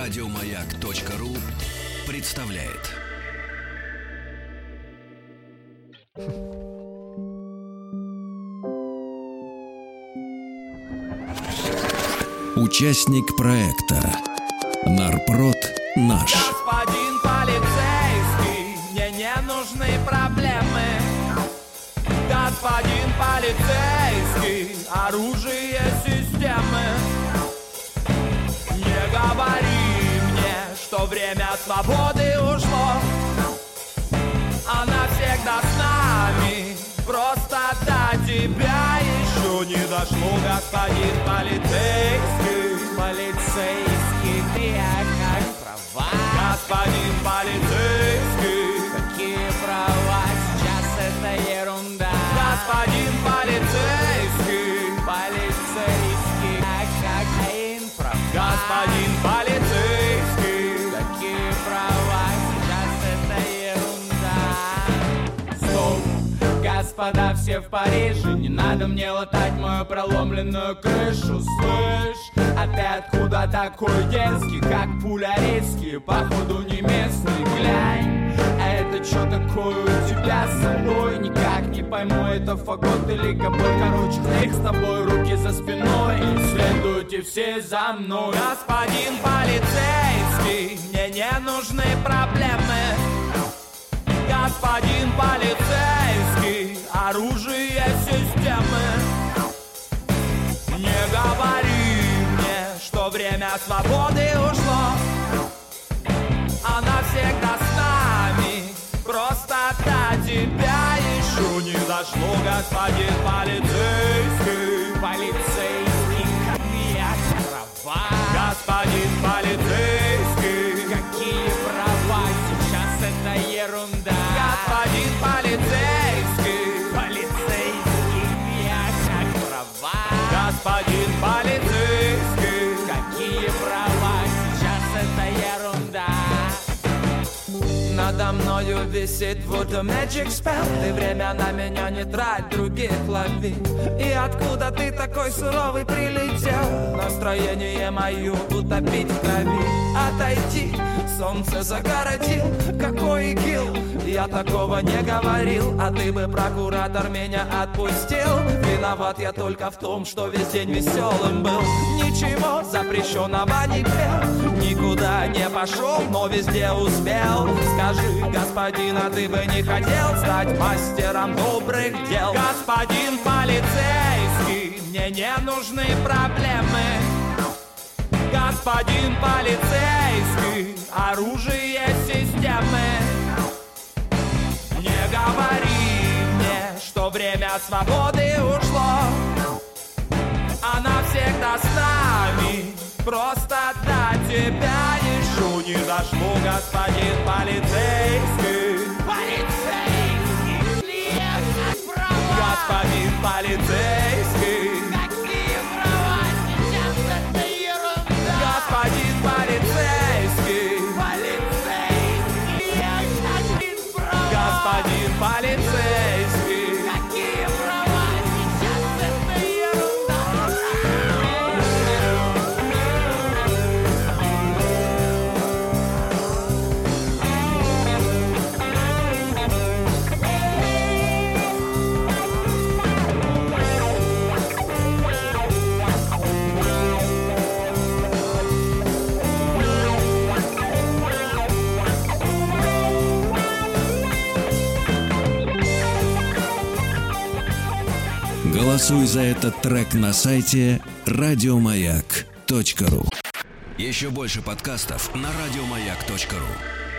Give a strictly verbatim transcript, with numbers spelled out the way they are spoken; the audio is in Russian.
Радиомаяк.ру представляет. Участник проекта Нарпрод наш. Господин полицейский, мне не нужны проблемы. Господин полицейский, оружие системы. Не говори мне, что время свободы ушло. Она всегда с нами, просто до тебя еще не дошло. Господин полицейский, полицейский, ты как права. Господин полицейский, какие права, сейчас это ерунда. Господин полицейский, полицейский, как один права. Господин полицейский, какие права, сейчас это ерунда. Стоп, господа все в Париже, не надо мне латать мою проломленную крышу. Слышь, а ты откуда такой детский, как пуля риски, походу не местный, глянь. А это что такое у тебя с собой? Никак не пойму, это фагот или гобой. Короче, их с тобой, руки за спиной, и следуйте все за мной. Господин полицейский, мне не нужны проблемы. Господин полицейский, оружие системы. Не говори мне, что время свободы ушло. Она всегда с нами, просто до тебя еще не дошло. Господин полицейский, полицейский, как я права. Господин полицейский, какие права, сейчас это ерунда. Господин полицейский, полицейский, я как права. Господин полицейский, какие права, сейчас это ерунда. Надо мною висит вот magic spell. Ты время на меня не трать, других лови. И откуда ты такой суровый прилетел? Настроение мое утопить в крови. Отойти, солнце загородил. Какой игил, я такого не говорил. А ты бы, прокуратор, меня отпустил. Виноват я только в том, что весь день веселым был. Ничего запрещенного не пел, никуда не пошел, но везде успел. Скажи, господин, а ты бы не хотел стать мастером добрых дел? Господин полицейский, мне не нужны проблемы. Господин полицейский, оружие системы. Не говори мне, что время свободы ушло. Она всегда с нами, просто до тебя еще не дошло. Господин полицейский, полицейский, господин полицейский, какие права, сейчас это ерунда. Господин полицейский, полицейский, один права. Господин полицейский, какие права, сейчас это ерунда. Голосуй за этот трек на сайте радиомаяк точка ру. Еще больше подкастов на радиомаяк точка ру.